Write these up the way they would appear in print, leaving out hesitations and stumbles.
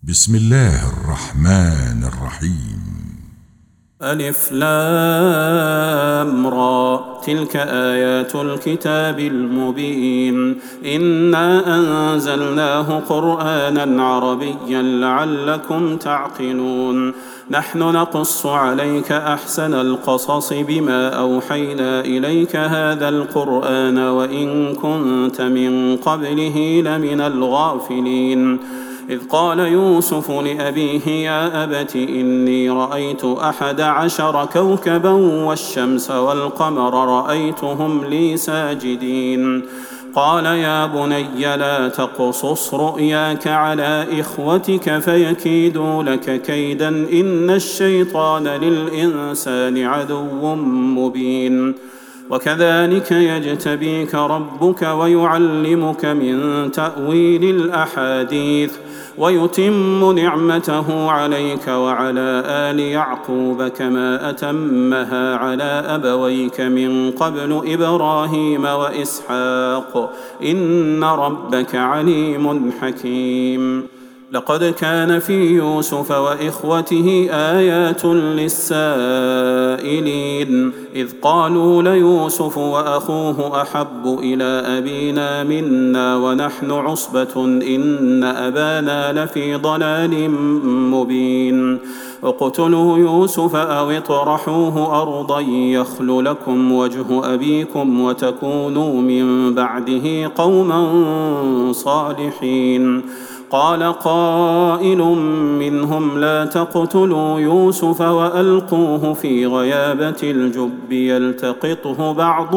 بسم الله الرحمن الرحيم. ألف لام را، تلك آيات الكتاب المبين. إنا أنزلناه قرآنا عربيا لعلكم تعقلون. نحن نقص عليك أحسن القصص بما أوحينا إليك هذا القرآن وإن كنت من قبله لمن الغافلين. إذ قال يوسف لأبيه يا أبت إني رأيت 11 كوكبا والشمس والقمر رأيتهم لي ساجدين. قال يا بني لا تقصص رؤياك على إخوتك فيكيدوا لك كيدا إن الشيطان للإنسان عدو مبين. وكذلك يجتبيك ربك ويعلمك من تأويل الأحاديث ويتم نعمته عليك وعلى آل يعقوب كما أتمها على أبويك من قبل إبراهيم وإسحاق إن ربك عليم حكيم. لقد كان في يوسف وإخوته آيات للسائلين إذ قالوا ليوسف وأخوه أحب إلى أبينا منا ونحن عصبة إن أبانا لفي ضلال مبين. اقتلوا يوسف أو اطرحوه أرضا يخل لكم وجه أبيكم وتكونوا من بعده قوما صالحين. قال قائل منهم لا تقتلوا يوسف وألقوه في غيابة الجب يلتقطه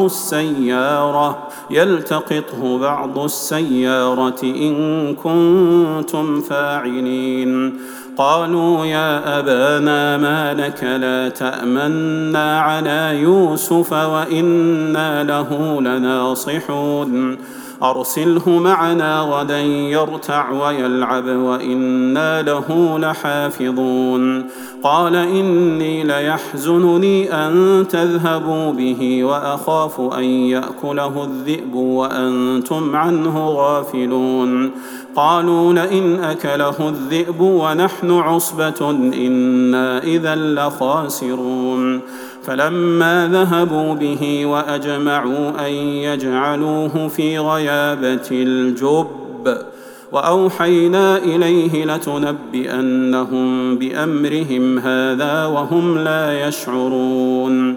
بعض السيارة إن كنتم فاعلين. قالوا يا أبانا ما لك لا تأمنا على يوسف وإنا له لناصحون. أرسله معنا غدا يرتع ويلعب وإنا له لحافظون. قال إني ليحزنني أن تذهبوا به وأخاف أن يأكله الذئب وأنتم عنه غافلون. قالوا لئن أكله الذئب ونحن عصبة إنا إذا لخاسرون. فلما ذهبوا به وأجمعوا أن يجعلوه في غيابة الجب وأوحينا إليه لتنبئنهم بأمرهم هذا وهم لا يشعرون.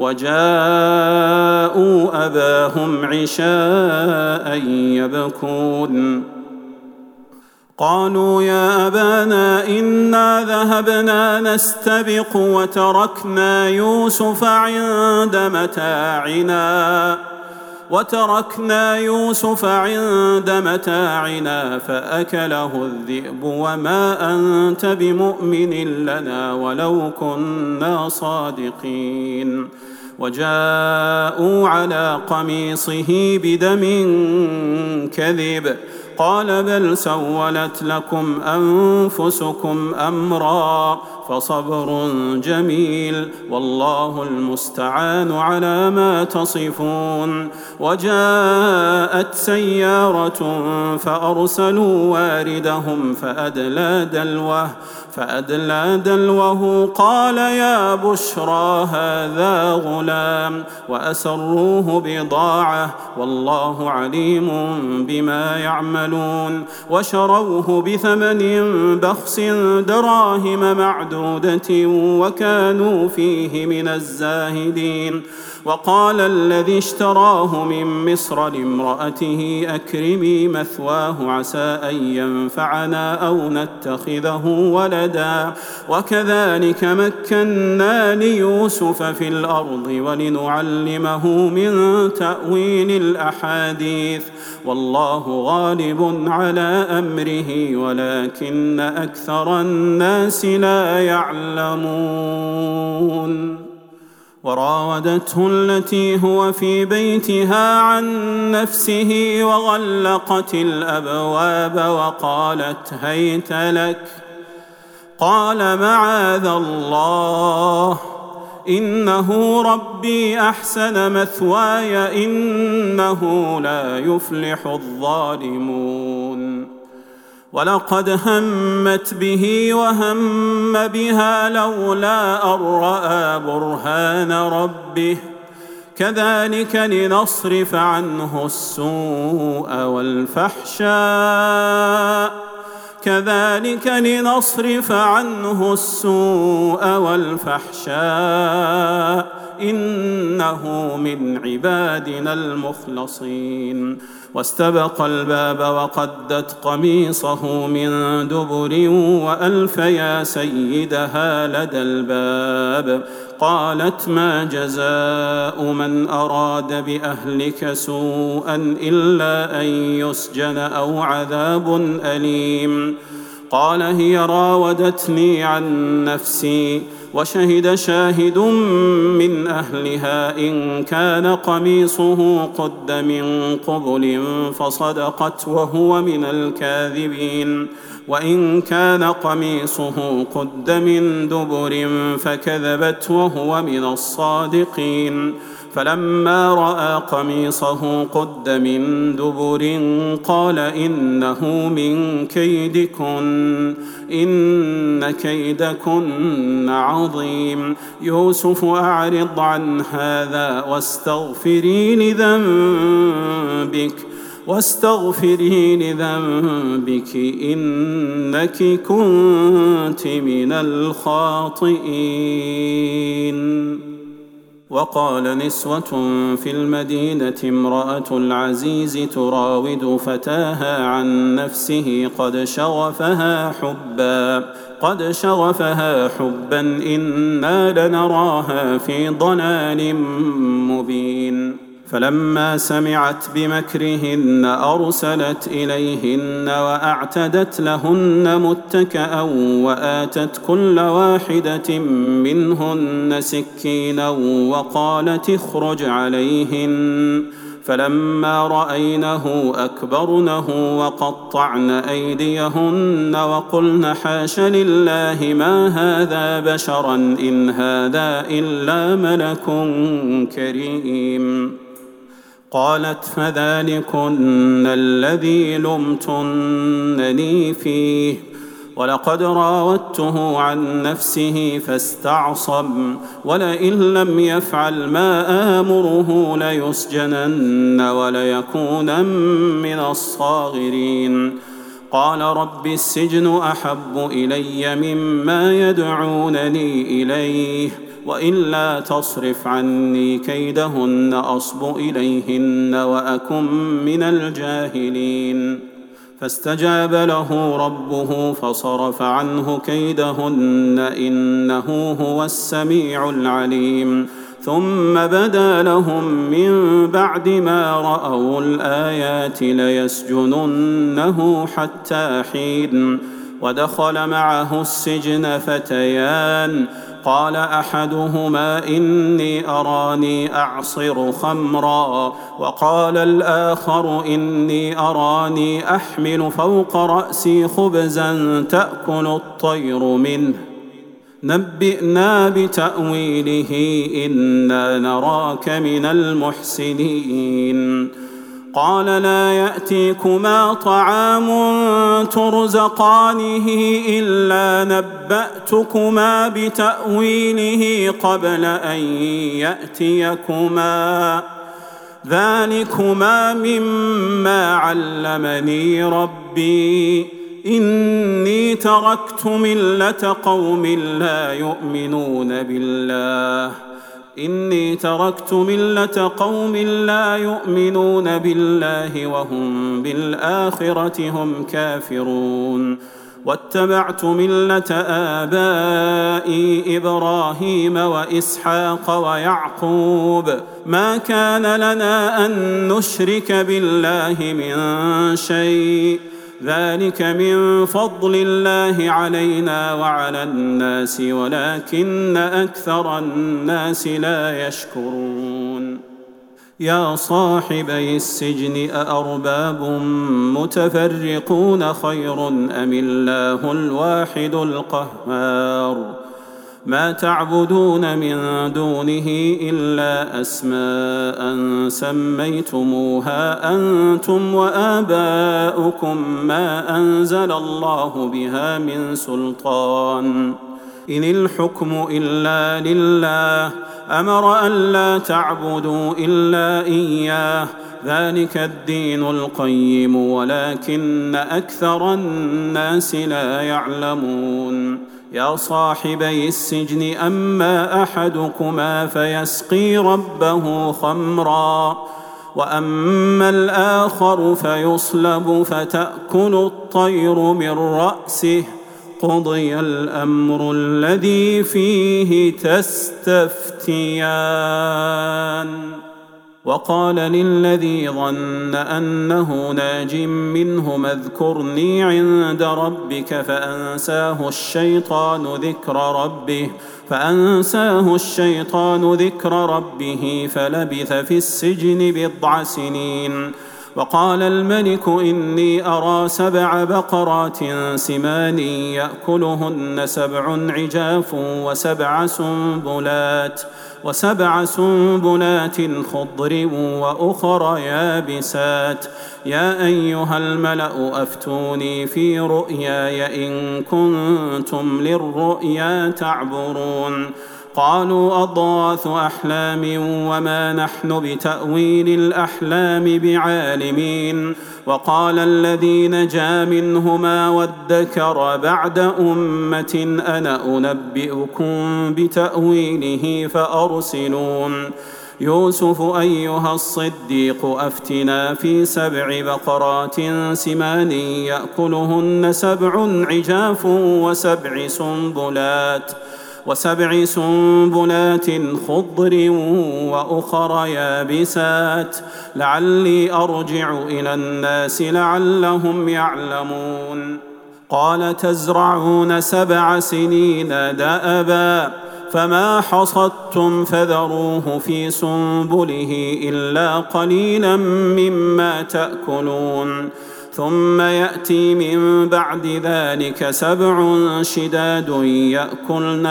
وجاءوا أباهم عشاء يبكون. قالوا يا أبانا إنا ذهبنا نستبق وتركنا يوسف عند متاعنا فأكله الذئب وما أنت بمؤمن لنا ولو كنا صادقين. وجاءوا على قميصه بدم كذب قال بل سولت لكم أنفسكم أمرا فصبر جميل والله المستعان على ما تصفون. وجاءت سيارة فأرسلوا واردهم فأدلى دلوه قال يا بشرى هذا غلام وأسروه بضاعة والله عليم بما يعملون. وشروه بثمن بخس دراهم معدودة وكانوا فيه من الزاهدين. وقال الذي اشتراه من مصر لامرأته أكرمي مثواه عسى أن ينفعنا أو نتخذه ولدا. وكذلك مكنا ليوسف في الأرض ولنعلمه من تأويل الأحاديث والله غالب على أمره ولكن أكثر الناس لا يعلمون. وراودته التي هو في بيتها عن نفسه وغلقت الأبواب وقالت هيت لك. قال معاذ الله إنه ربي أحسن مثواي إنه لا يفلح الظالمون. ولقد همت به وهم بها لولا أن رأى برهان ربه كذلك لنصرف عنه السوء والفحشاء إنه من عبادنا المخلصين. واستبق الباب وقدت قميصه من دبر وألف يا سيدها لدى الباب. قالت ما جزاء من أراد بأهلك سوءا إلا أن يسجن أو عذاب أليم. قال هي راودتني عن نفسي وشهد شاهد من أهلها إن كان قميصه قد من قبل فصدقت وهو من الكاذبين وإن كان قميصه قد من دبر فكذبت وهو من الصادقين. فلما رأى قميصه قد من دبر قال إنه من كيدكن إن كيدكن عظيم. يوسف أعرض عن هذا واستغفري لذنبك إنك كنت من الخاطئين. وقال نسوة في المدينة امرأة العزيز تراود فتاها عن نفسه قد شغفها حبا إنا لنراها في ضلال مبين. فلما سمعت بمكرهن أرسلت إليهن وأعتدت لهن متكأ وآتت كل واحدة منهن سكينا وقالت اخرج عليهن. فلما رأينه أكبرنه وقطعن أيديهن وقلن حاش لله ما هذا بشرا إن هذا إلا ملك كريم. قالت فذلكن الذي لمتنني فيه ولقد راودته عن نفسه فاستعصم ولئن لم يفعل ما آمره ليسجنن وليكونن من الصاغرين. قال رب السجن أحب إلي مما يدعونني إليه وإلا تصرف عني كيدهن أصب إليهن وأكن من الجاهلين. فاستجاب له ربه فصرف عنه كيدهن إنه هو السميع العليم. ثم بدا لهم من بعد ما رأوا الآيات ليسجننه حتى حين. ودخل معه السجن فتيان قال أحدهما إني أراني أعصر خمرا وقال الآخر إني أراني أحمل فوق رأسي خبزا تأكل الطير منه نبئنا بتأويله إنا نراك من المحسنين. قال لا يأتيكما طعام ترزقانه إلا نبأتكما بتأويله قبل أن يأتيكما ذلكما مما علمني ربي إني تركت ملة قوم لا يؤمنون بالله وهم بالآخرة هم كافرون. واتبعت ملة آبائي إبراهيم وإسحاق ويعقوب ما كان لنا أن نشرك بالله من شيء ذلك من فضل الله علينا وعلى الناس ولكن أكثر الناس لا يشكرون. يا صاحبي السجن أأرباب متفرقون خير أم الله الواحد القهار ما تعبدون من دونه إلا أسماء سميتموها أنتم وآباؤكم ما أنزل الله بها من سلطان إن الحكم إلا لله أمر ألا تعبدوا إلا إياه ذلك الدين القيم ولكن أكثر الناس لا يعلمون يا صاحبي السجن أما أحدكما فيسقي ربه خمرا وأما الآخر فيصلب فتأكل الطير من رأسه قضي الأمر الذي فيه تستفتيان وقال للذي ظن أنه ناج منه اذكرني عند ربك فأنساه الشيطان ذكر ربه فلبث في السجن 9 سنين وقال الملك إني أرى 7 بقرات سمان يأكلهن 7 عجاف وسبع سنبلات خضر وأخر يابسات يا أيها الملأ أفتوني في رؤياي إن كنتم للرؤيا تعبرون قالوا أضغاث أحلام وما نحن بتأويل الأحلام بعالمين وقال الذي نجا منهما وادكر بعد أمة أنا أنبئكم بتأويله فأرسلون يوسف أيها الصديق أفتنا في 7 بقرات سمان يأكلهن 7 عجاف وسبع سنبلات خضر وأخر يابسات لعلي أرجع إلى الناس لعلهم يعلمون قال تزرعون 7 سنين دأبا فما حصدتم فذروه في سنبله إلا قليلا مما تأكلون ثم يأتي من بعد ذلك 7 شداد يأكلن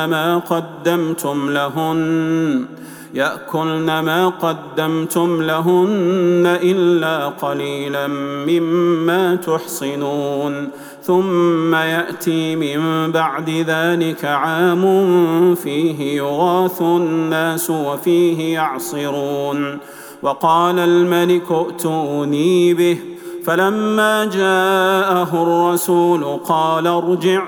ما قدمتم لهن إلا قليلا مما تحصنون ثم يأتي من بعد ذلك عام فيه يغاث الناس وفيه يعصرون وقال الملك ائتوني به فلما جاءه الرسول قال ارجع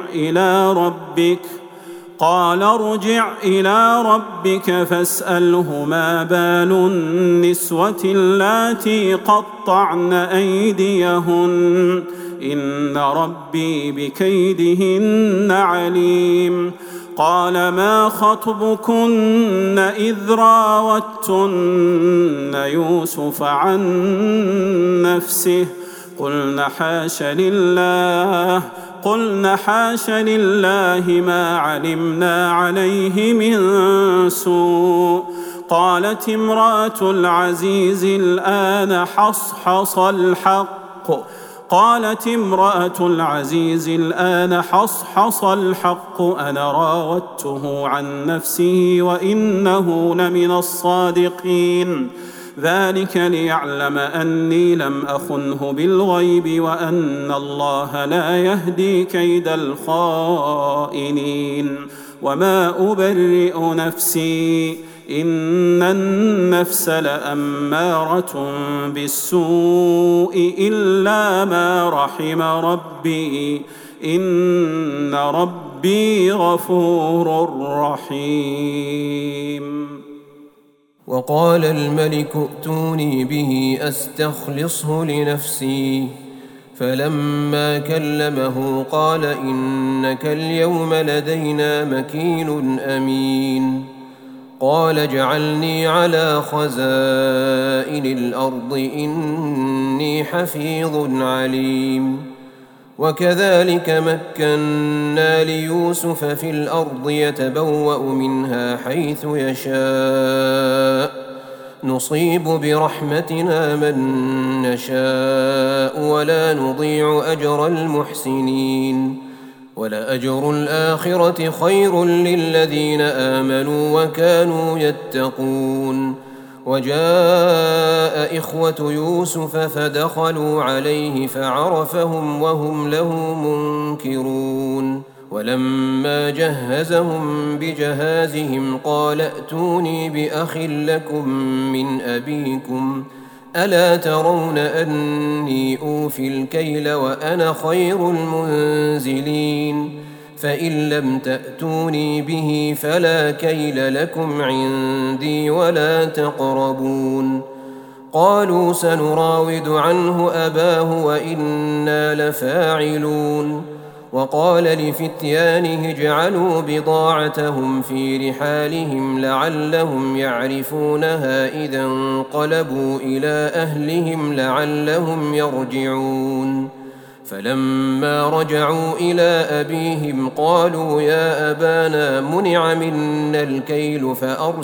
إلى ربك فاسأله ما بال النسوة اللاتي قطعن أيديهن إن ربي بكيدهن عليم قال ما خطبكن إذ راوتن يوسف عن نفسه قلنا حاش لله ما علمنا عليه من سوء قالت امرأة العزيز الآن حصحص الحق أنا راودته عن نفسه وإنه لمن الصادقين ذلك ليعلم أني لم أخنه بالغيب وأن الله لا يهدي كيد الخائنين وما أبرئ نفسي إن النفس لأمارة بالسوء إلا ما رحم ربي إن ربي غفور رحيم وقال الملك ائتوني به أستخلصه لنفسي فلما كلمه قال إنك اليوم لدينا مكين أمين قال اجعلني على خزائن الأرض إني حفيظ عليم وكذلك مكنا ليوسف في الأرض يتبوأ منها حيث يشاء نصيب برحمتنا من نشاء ولا نضيع أجر المحسنين ولأجر الآخرة خير للذين آمنوا وكانوا يتقون. وجاء إخوة يوسف فدخلوا عليه فعرفهم وهم له منكرون. ولما جهزهم بجهازهم قال ائتوني بأخ لكم من أبيكم ألا ترون أني أوفي الكيل وأنا خير المنزلين فإن لم تأتوني به فلا كيل لكم عندي ولا تقربون. قالوا سنراود عنه أباه وإنا لفاعلون. وقال لفتيانه اجعلوا بضاعتهم في رحالهم لعلهم يعرفونها إذا انقلبوا إلى أهلهم لعلهم يرجعون. فلما رجعوا إلى أبيهم قالوا يا أبانا منع منا الكيل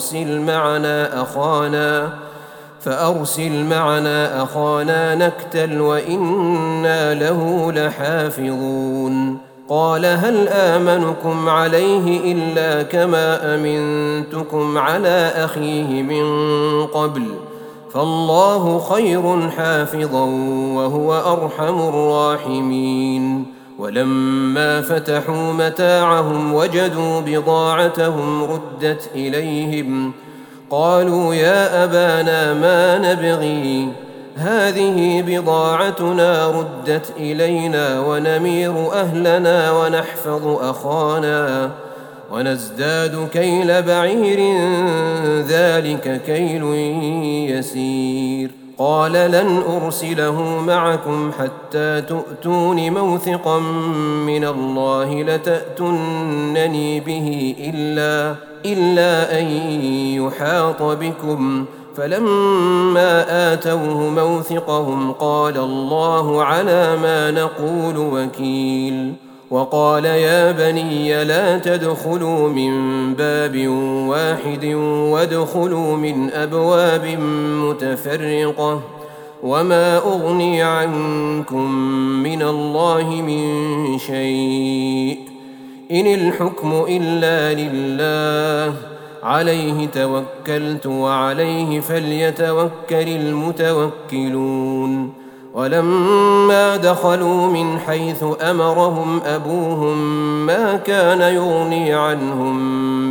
فأرسل معنا أخانا نكتل وإنا له لحافظون. قال هل آمنكم عليه إلا كما أمنتكم على أخيه من قبل فالله خير حافظا وهو أرحم الراحمين. ولما فتحوا متاعهم وجدوا بضاعتهم ردت إليهم قالوا يا أبانا ما نبغي هذه بضاعتنا ردت إلينا ونمير أهلنا ونحفظ أخانا ونزداد كيل بعير ذلك كيل يسير. قال لن أرسله معكم حتى تؤتون موثقا من الله لتأتونني به إلا أن يحاط بكم. فلما آتوه موثقهم قال الله على ما نقول وكيل. وقال يا بني لا تدخلوا من باب واحد وادخلوا من أبواب متفرقة وما أغني عنكم من الله من شيء إن الحكم إلا لله عليه توكلت وعليه فليتوكل المتوكلون. ولما دخلوا من حيث أمرهم أبوهم ما كان يغني عنهم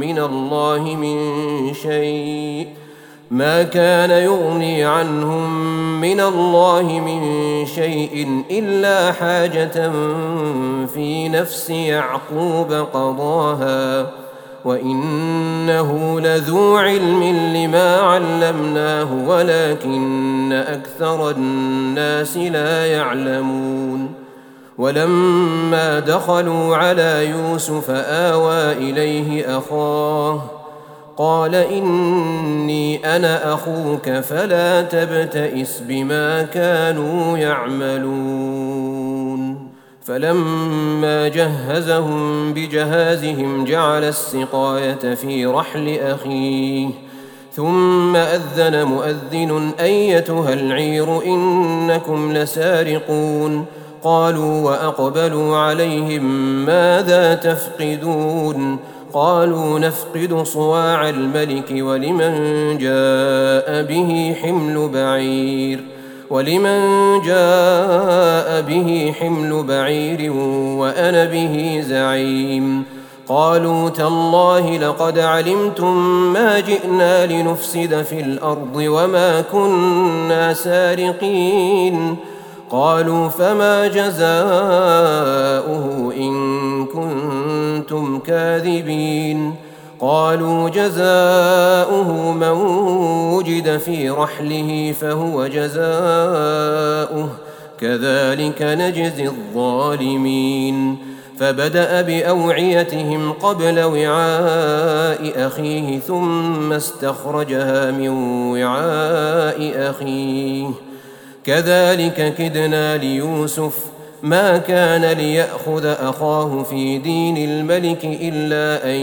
من الله من شيء إلا حاجة في نفس يعقوب قضاها وإنه لذو علم لما علمناه ولكن أكثر الناس لا يعلمون. ولما دخلوا على يوسف آوى إليه أخاه قال إني أنا أخوك فلا تبتئس بما كانوا يعملون. فلما جهزهم بجهازهم جعل السقاية في رحل أخيه ثم أذن مؤذن أيتها العير إنكم لسارقون. قالوا وأقبلوا عليهم ماذا تفقدون قالوا نفقد صواع الملك ولمن جاء به حمل بعير وأنا به زعيم. قالوا تالله لقد علمتم ما جئنا لنفسد في الأرض وما كنا سارقين. قالوا فما جزاؤه إن كنتم كاذبين. قالوا جزاؤه من وجد في رحله فهو جزاؤه كذلك نجزي الظالمين. فبدأ بأوعيتهم قبل وعاء أخيه ثم استخرجها من وعاء أخيه كذلك كدنا ليوسف ما كان ليأخذ أخاه في دين الملك إلا أن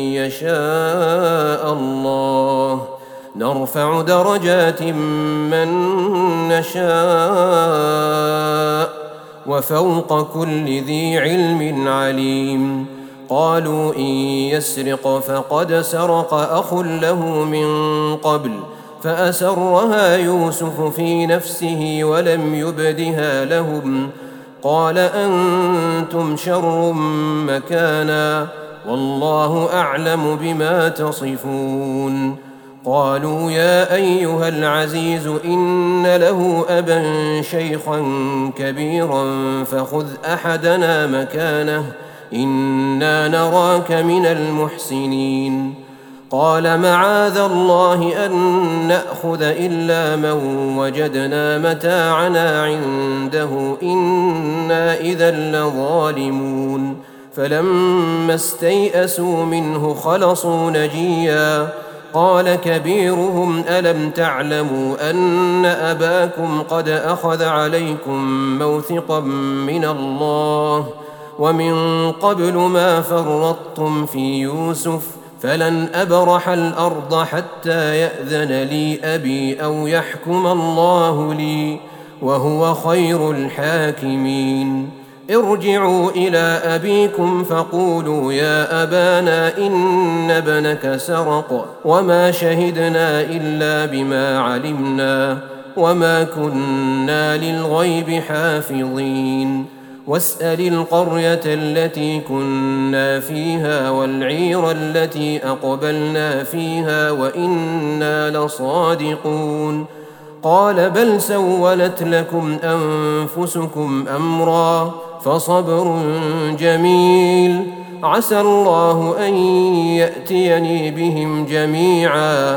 يشاء الله نرفع درجات من نشاء وفوق كل ذي علم عليم. قالوا إن يسرق فقد سرق أخ له من قبل فأسرها يوسف في نفسه ولم يبدها لهم. قال أنتم شر مكانا والله أعلم بما تصفون. قالوا يا أيها العزيز إن له أبا شيخا كبيرا فخذ أحدنا مكانه إنا نراك من المحسنين. قال معاذ الله أن نأخذ إلا من وجدنا متاعنا عنده إنا إذا لظالمون. فلما استيئسوا منه خلصوا نجيا. قال كبيرهم ألم تعلموا أن أباكم قد أخذ عليكم موثقا من الله ومن قبل ما فرطتم في يوسف فلن أبرح الأرض حتى يأذن لي أبي أو يحكم الله لي وهو خير الحاكمين. ارجعوا إلى أبيكم فقولوا يا أبانا إن ابنك سرق وما شهدنا إلا بما علمنا وما كنا للغيب حافظين. واسأل القرية التي كنا فيها والعير التي أقبلنا فيها وإنا لصادقون. قال بل سولت لكم أنفسكم أمرا فصبر جميل عسى الله أن يأتيني بهم جميعا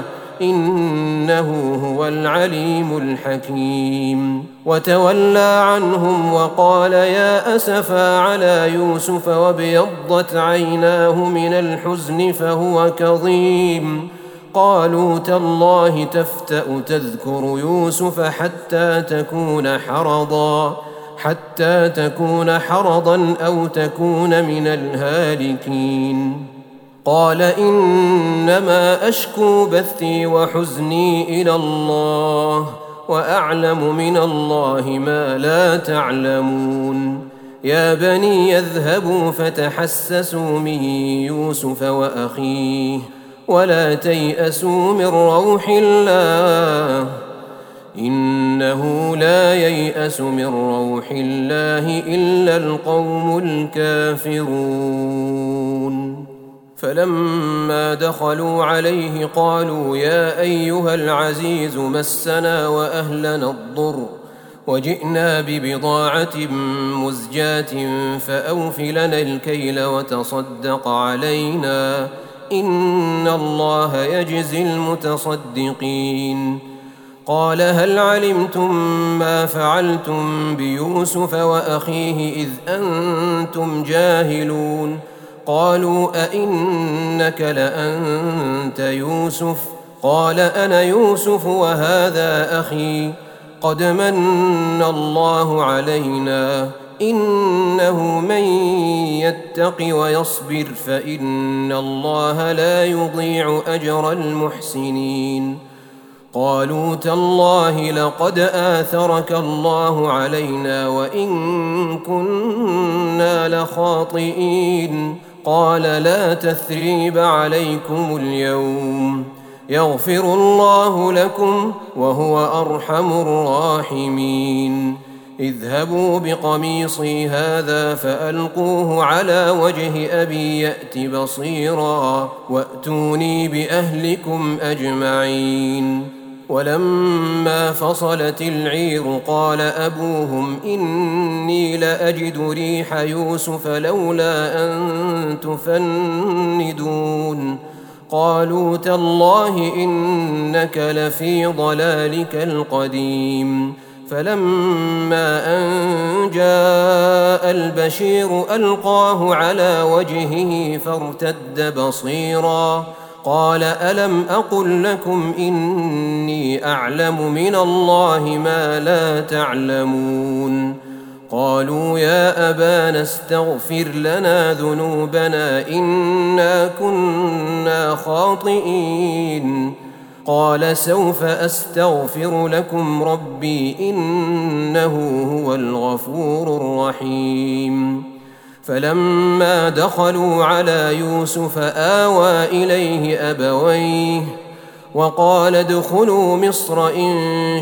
إنه هو العليم الحكيم. وتولى عنهم وقال يا أسفا على يوسف وابيضت عيناه من الحزن فهو كظيم. قالوا تالله تفتأ تذكر يوسف حتى تكون حرضا أو تكون من الهالكين. قال إنما أشكو بثي وحزني إلى الله وأعلم من الله ما لا تعلمون. يا بني يذهبوا فتحسسوا من يوسف وأخيه ولا تيأسوا من روح الله إنه لا ييأس من روح الله إلا القوم الكافرون. فلما دخلوا عليه قالوا يا أيها العزيز مسنا وأهلنا الضر وجئنا ببضاعة مزجاة فأوف لنا الكيل وتصدق علينا إن الله يجزي المتصدقين. قال هل علمتم ما فعلتم بيوسف وأخيه إذ أنتم جاهلون؟ قالوا أئنك لأنت يوسف؟ قال أنا يوسف وهذا أخي قد من الله علينا إنه من يتق ويصبر فإن الله لا يضيع أجر المحسنين. قالوا تالله لقد آثرك الله علينا وإن كنا لخاطئين. قال لا تثريب عليكم اليوم يغفر الله لكم وهو أرحم الراحمين. اذهبوا بقميصي هذا فألقوه على وجه أبي يأت بصيرا وأتوني بأهلكم أجمعين. ولما فصلت العير قال أبوهم إني لأجد ريح يوسف لولا أن تفندون. قالوا تالله إنك لفي ضلالك القديم. فلما أن جاء البشير ألقاه على وجهه فارتد بصيرا قال ألم أقل لكم إني أعلم من الله ما لا تعلمون. قالوا يا أبانا استغفر لنا ذنوبنا إنا كنا خاطئين. قال سوف أستغفر لكم ربي إنه هو الغفور الرحيم. فلما دخلوا على يوسف آوى إليه أبويه وقال ادخلوا مصر إن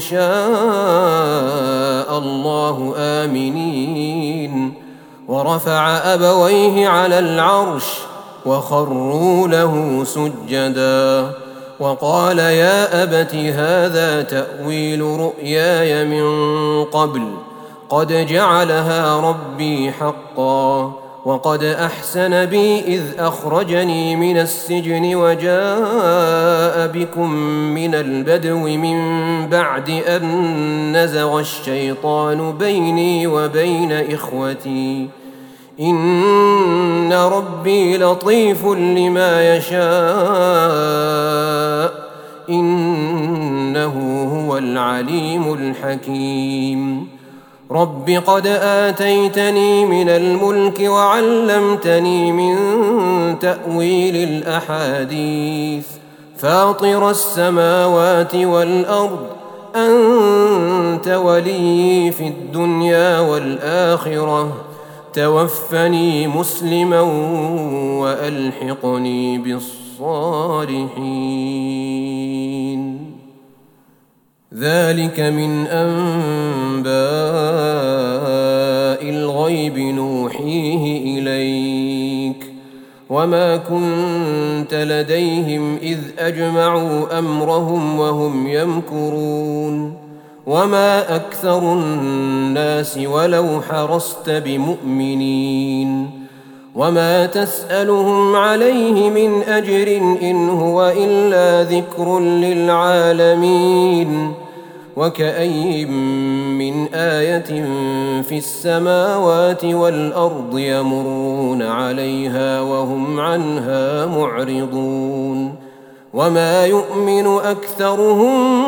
شاء الله آمنين. ورفع أبويه على العرش وخروا له سجدا وقال يا أبت هذا تأويل رؤياي من قبل قد جعلها ربي حقا وقد أحسن بي إذ أخرجني من السجن وجاء بكم من البدو من بعد أن نزغ الشيطان بيني وبين إخوتي إن ربي لطيف لما يشاء إنه هو العليم الحكيم. رب قد آتيتني من الملك وعلمتني من تأويل الأحاديث فاطر السماوات والأرض أنت ولي في الدنيا والآخرة توفني مسلما وألحقني بالصالحين. ذلك من أنباء الغيب نوحيه إليك وما كنت لديهم إذ أجمعوا أمرهم وهم يمكرون وما أكثر الناس ولو حرصت بمؤمنين وما تسألهم عليه من أجر إن هو إلا ذكر للعالمين. وكأي من آية في السماوات والأرض يمرون عليها وهم عنها معرضون وما يؤمن أكثرهم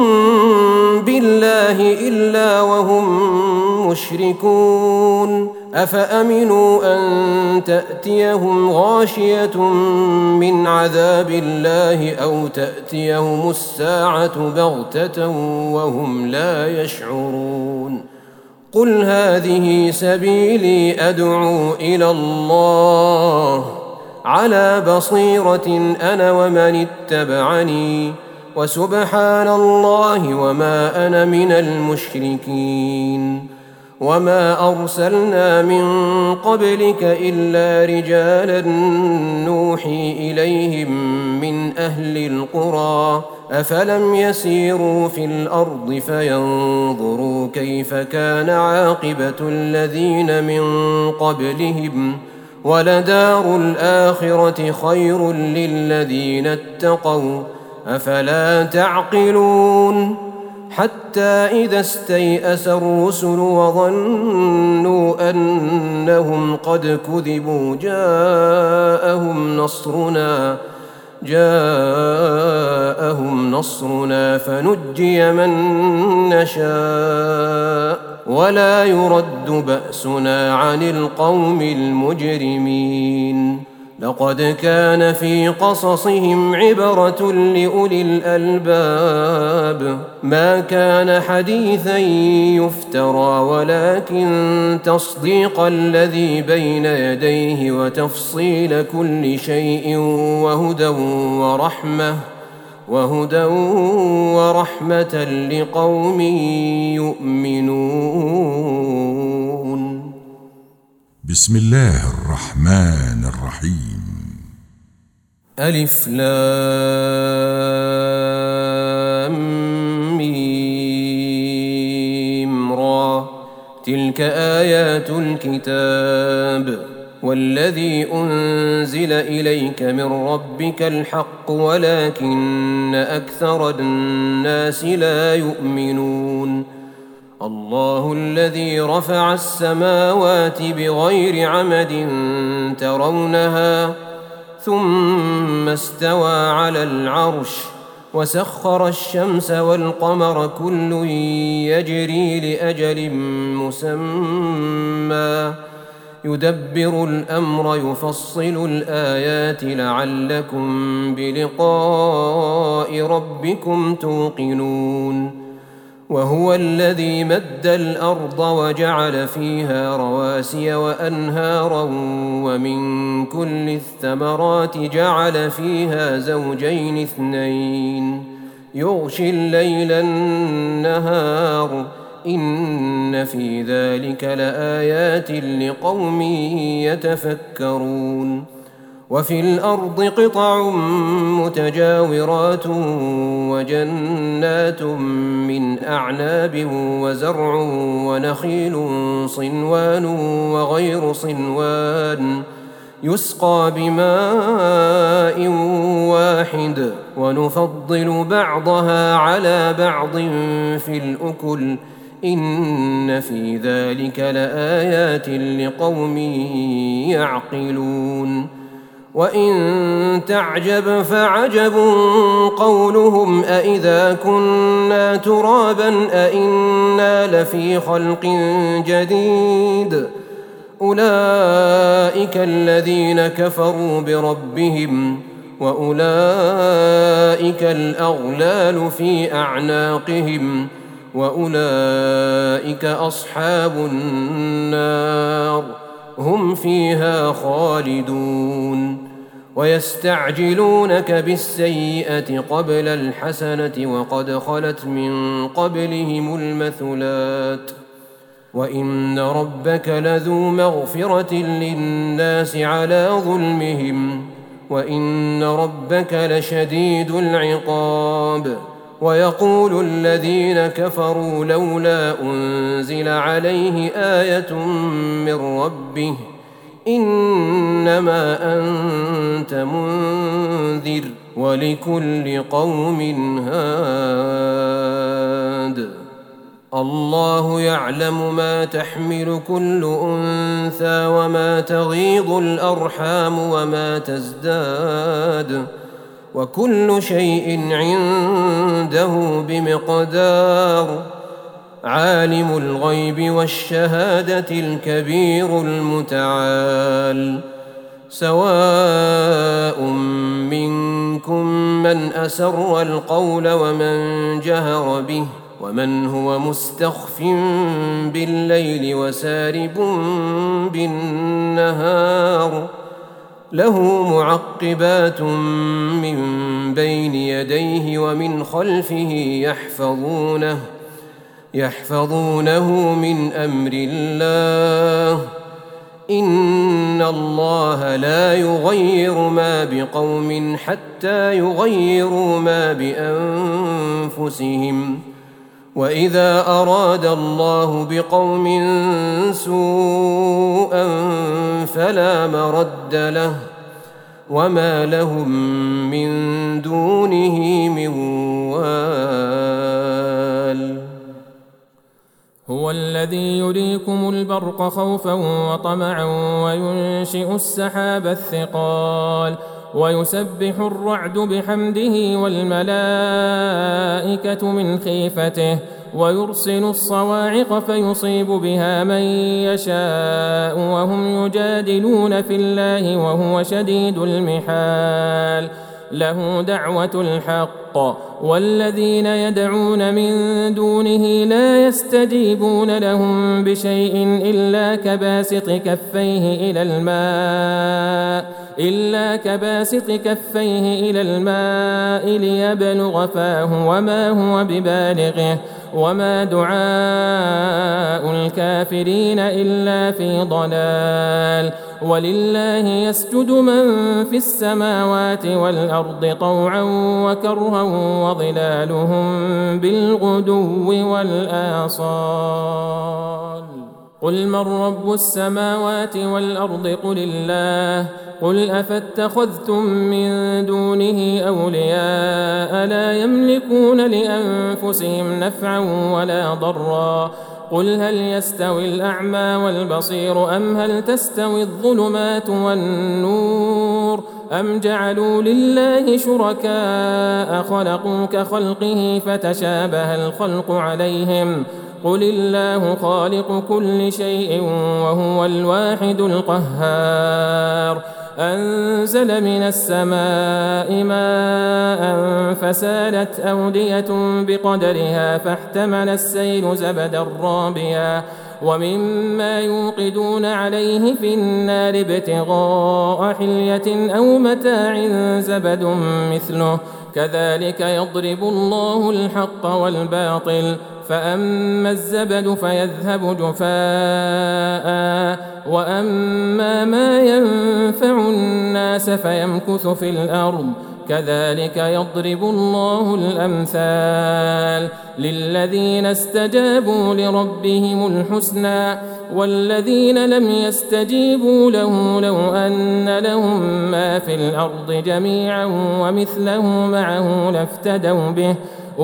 بالله إلا وهم مشركون. أفأمنوا أن تأتيهم غاشية من عذاب الله أو تأتيهم الساعة بغتة وهم لا يشعرون. قل هذه سبيلي أدعو إلى الله على بصيرة أنا ومن اتبعني وسبحان الله وما أنا من المشركين. وما أرسلنا من قبلك إلا رجالا نوحي إليهم من أهل القرى أفلم يسيروا في الأرض فينظروا كيف كان عاقبة الذين من قبلهم ولدار الآخرة خير للذين اتقوا أفلا تعقلون. حتى إذا استيأس الرسل وظنوا أنهم قد كذبوا جاءهم نصرنا فنجي من نشاء ولا يرد بأسنا عن القوم المجرمين. لقد كان في قصصهم عبرة لأولي الألباب ما كان حديثا يفترى ولكن تصديق الذي بين يديه وتفصيل كل شيء وهدى ورحمة لقوم يؤمنون. بسم الله الرحمن الرحيم. ألف لام ميم را تلك آيات الكتاب والذي أنزل إليك من ربك الحق ولكن أكثر الناس لا يؤمنون. الله الذي رفع السماوات بغير عمد ترونها ثم استوى على العرش وسخر الشمس والقمر كل يجري لأجل مسمى يدبر الأمر يفصل الآيات لعلكم بلقاء ربكم توقنون وهو الذي مد الأرض وجعل فيها رواسي وأنهارا ومن كل الثمرات جعل فيها زوجين اثنين يغشي الليل النهار إن في ذلك لآيات لقوم يتفكرون وفي الأرض قطع متجاورات وجنات من أعناب وزرع ونخيل صنوان وغير صنوان يسقى بماء واحد ونفضل بعضها على بعض في الأكل إن في ذلك لآيات لقوم يعقلون وإن تعجب فعجب قولهم أإذا كنا ترابا أإنا لفي خلق جديد أولئك الذين كفروا بربهم وأولئك الأغلال في أعناقهم وأولئك أصحاب النار هم فيها خالدون ويستعجلونك بالسيئة قبل الحسنة وقد خلت من قبلهم المثلات وإن ربك لذو مغفرة للناس على ظلمهم وإن ربك لشديد العقاب ويقول الذين كفروا لولا أنزل عليه آية من ربه إنما أنت منذر ولكل قوم هاد الله يعلم ما تحمل كل أنثى وما تغيض الأرحام وما تزداد وكل شيء عنده بمقدار عالم الغيب والشهادة الكبير المتعال سواء منكم من أسر القول ومن جهر به ومن هو مستخف بالليل وسارب بالنهار له معقبات من بين يديه ومن خلفه يحفظونه من أمر الله إن الله لا يغير ما بقوم حتى يغيروا ما بأنفسهم وإذا أراد الله بقوم سوءا فلا مرد له وما لهم من دونه من وال هو الذي يريكم البرق خوفا وطمعا وينشئ السحاب الثقال ويسبح الرعد بحمده والملائكة من خيفته ويرسل الصواعق فيصيب بها من يشاء وهم يجادلون في الله وهو شديد المحال له دعوة الحق والذين يدعون من دونه لا يستجيبون لهم بشيء إلا كباسط كفيه إلى الماء ليبلغ فاه وما هو ببالغه وما دعاء الكافرين إلا في ضلال ولله يسجد من في السماوات والأرض طوعا وكرها وظلالهم بالغدو والآصال قل من رب السماوات والأرض قل الله قل أفاتخذتم من دونه أولياء لا يملكون لأنفسهم نفعا ولا ضرا قل هل يستوي الأعمى والبصير أم هل تستوي الظلمات والنور أم جعلوا لله شركاء خلقوا كخلقه فتشابه الخلق عليهم قل الله خالق كل شيء وهو الواحد القهار أنزل من السماء ماء فسالت أودية بقدرها فاحتمل السيل زبدا رابيا ومما يوقدون عليه في النار ابتغاء حلية أو متاع زبد مثله كذلك يضرب الله الحق والباطل فأما الزبد فيذهب جفاء وأما ما ينفع الناس فيمكث في الأرض كذلك يضرب الله الأمثال للذين استجابوا لربهم الحسنى والذين لم يستجيبوا له لو أن لهم ما في الأرض جميعا ومثله معه لافتدوا به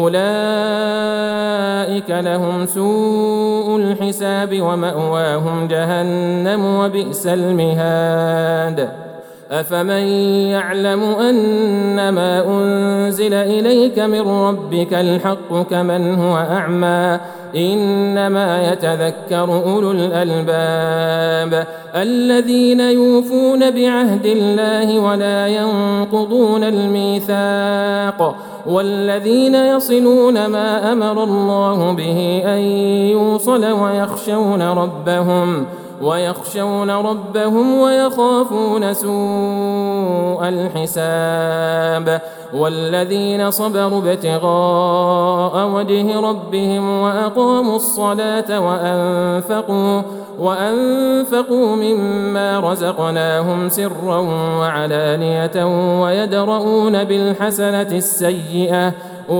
أولئك لهم سوء الحساب ومأواهم جهنم وبئس المهاد أفمن يعلم أنما أنزل إليك من ربك الحق كمن هو أعمى إنما يتذكر أولو الألباب الذين يوفون بعهد الله ولا ينقضون الميثاق والذين يصلون ما أمر الله به أن يوصل ويخشون ربهم ويخافون سوء الحساب والذين صبروا ابتغاء وجه ربهم وأقاموا الصلاة وأنفقوا مما رزقناهم سرا وعلانية ويدرؤون بالحسنة السيئة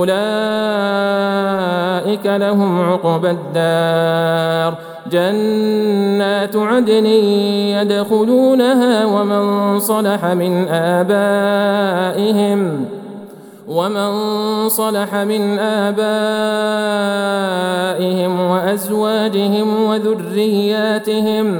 أولئك لهم عقبى الدار جنات عدن يدخلونها ومن صلح من آبائهم وأزواجهم وذرياتهم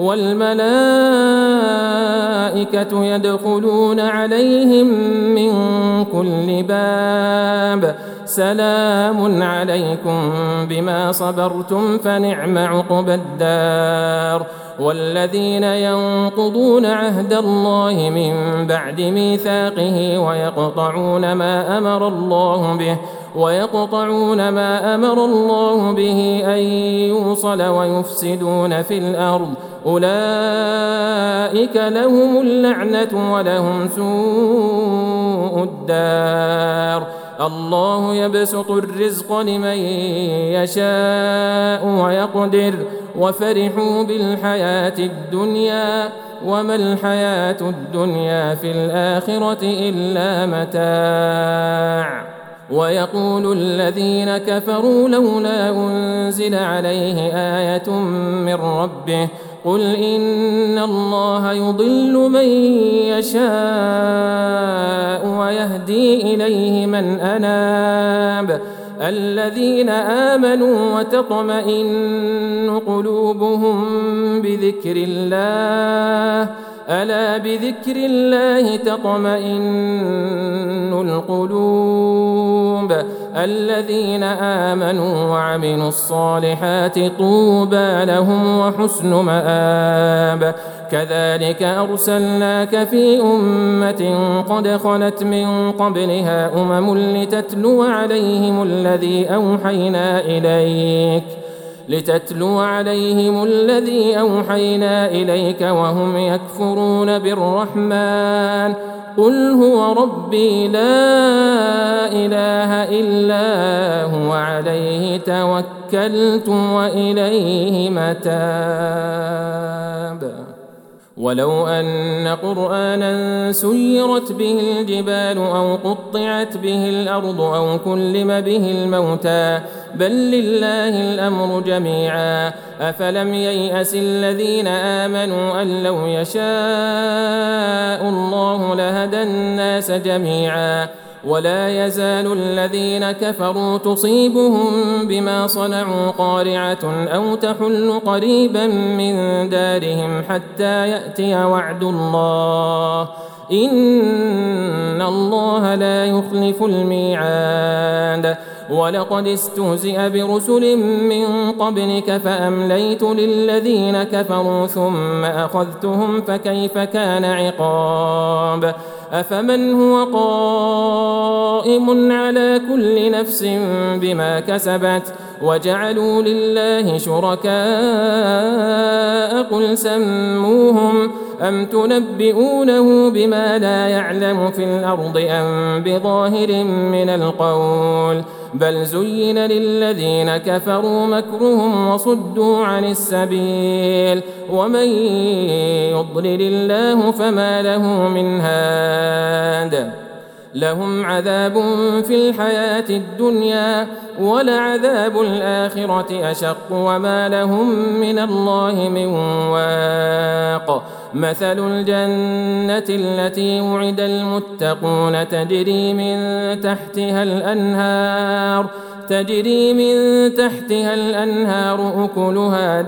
والملائكة يدخلون عليهم من كل باب سلام عليكم بما صبرتم فنعم عقبى الدار والذين ينقضون عهد الله من بعد ميثاقه ويقطعون ما أمر الله به أن يوصل ويفسدون في الأرض أولئك لهم اللعنة ولهم سوء الدار الله يبسط الرزق لمن يشاء ويقدر وفرحوا بالحياة الدنيا وما الحياة الدنيا في الآخرة إلا متاع ويقول الذين كفروا لولا أنزل عليه آية من ربه قل إن الله يضل من يشاء ويهدي إليه من أناب الذين آمنوا وتطمئن قلوبهم بذكر الله ألا بذكر الله تطمئن القلوب الذين آمنوا وعملوا الصالحات طوبى لهم وحسن مآب كذلك أرسلناك في أمة قد خلت من قبلها أمم لتتلو عليهم الذي أوحينا إليك وهم يكفرون بالرحمن قل هو ربي لا إله إلا هو عليه توكلت وإليه متاب ولو أن قرآنا سيرت به الجبال أو قطعت به الأرض أو كلم به الموتى بل لله الأمر جميعا أفلم ييأس الذين آمنوا أن لو يشاء الله لهدى الناس جميعا ولا يزال الذين كفروا تصيبهم بما صنعوا قارعة أو تحل قريبا من دارهم حتى يأتي وعد الله إن الله لا يخلف الميعاد ولقد استهزئ برسل من قبلك فأمليت للذين كفروا ثم أخذتهم فكيف كان عقاب أفمن هو قائم على كل نفس بما كسبت وجعلوا لله شركاء قل سموهم أم تنبئونه بما لا يعلم في الأرض أم بظاهر من القول بل زين للذين كفروا مكرهم وصدوا عن السبيل ومن يضلل الله فما له من هاد لهم عذاب في الحياة الدنيا ولعذاب الآخرة أشق وما لهم من الله من واق مثل الجنة التي وعد المتقون تجري من تحتها الأنهار أكلها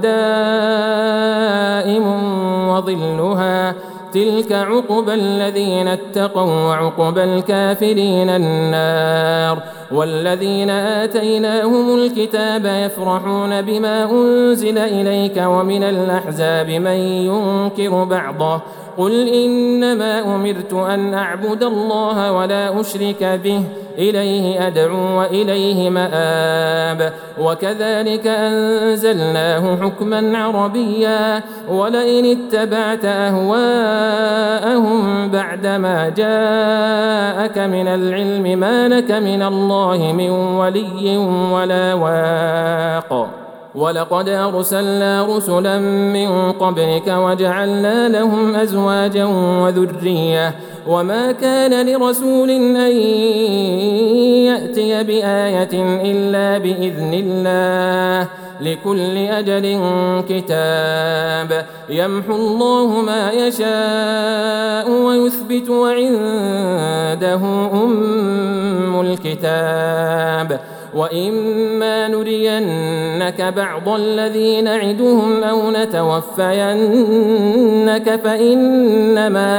دائم وظلها تلك عقبى الذين اتقوا وعقبى الكافرين النار والذين آتيناهم الكتاب يفرحون بما أنزل إليك ومن الأحزاب من ينكر بعضه قل إنما أمرت أن أعبد الله ولا أشرك به إليه أدعو وإليه مآب وكذلك أنزلناه حكما عربيا ولئن اتبعت أهواءهم بعدما جاءك من العلم ما لك من الله من ولي ولا واق ولقد أرسلنا رسلا من قبلك وجعلنا لهم أزواجا وذرية وما كان لرسول أن يأتي بآية إلا بإذن الله لكل أجل كتاب يمحو الله ما يشاء ويثبت وعنده أم الكتاب وإما نرينك بعض الذي نعدهم أو نتوفينك فإنما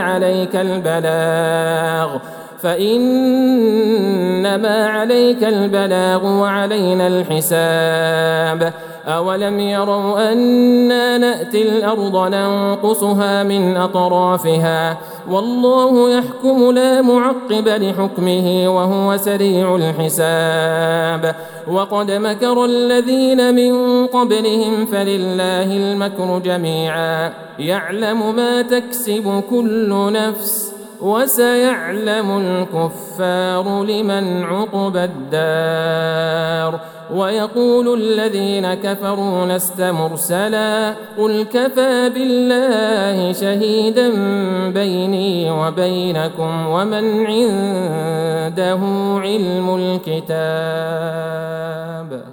عليك البلاغ وعلينا الحساب أولم يروا أنا نأتي الأرض ننقصها من أطرافها والله يحكم لا معقب لحكمه وهو سريع الحساب وقد مكر الذين من قبلهم فلله المكر جميعا يعلم ما تكسب كل نفس وسيعلم الكفار لمن عقبى الدار ويقول الذين كفروا لست مرسلا قل كفى بالله شهيدا بيني وبينكم ومن عنده علم الكتاب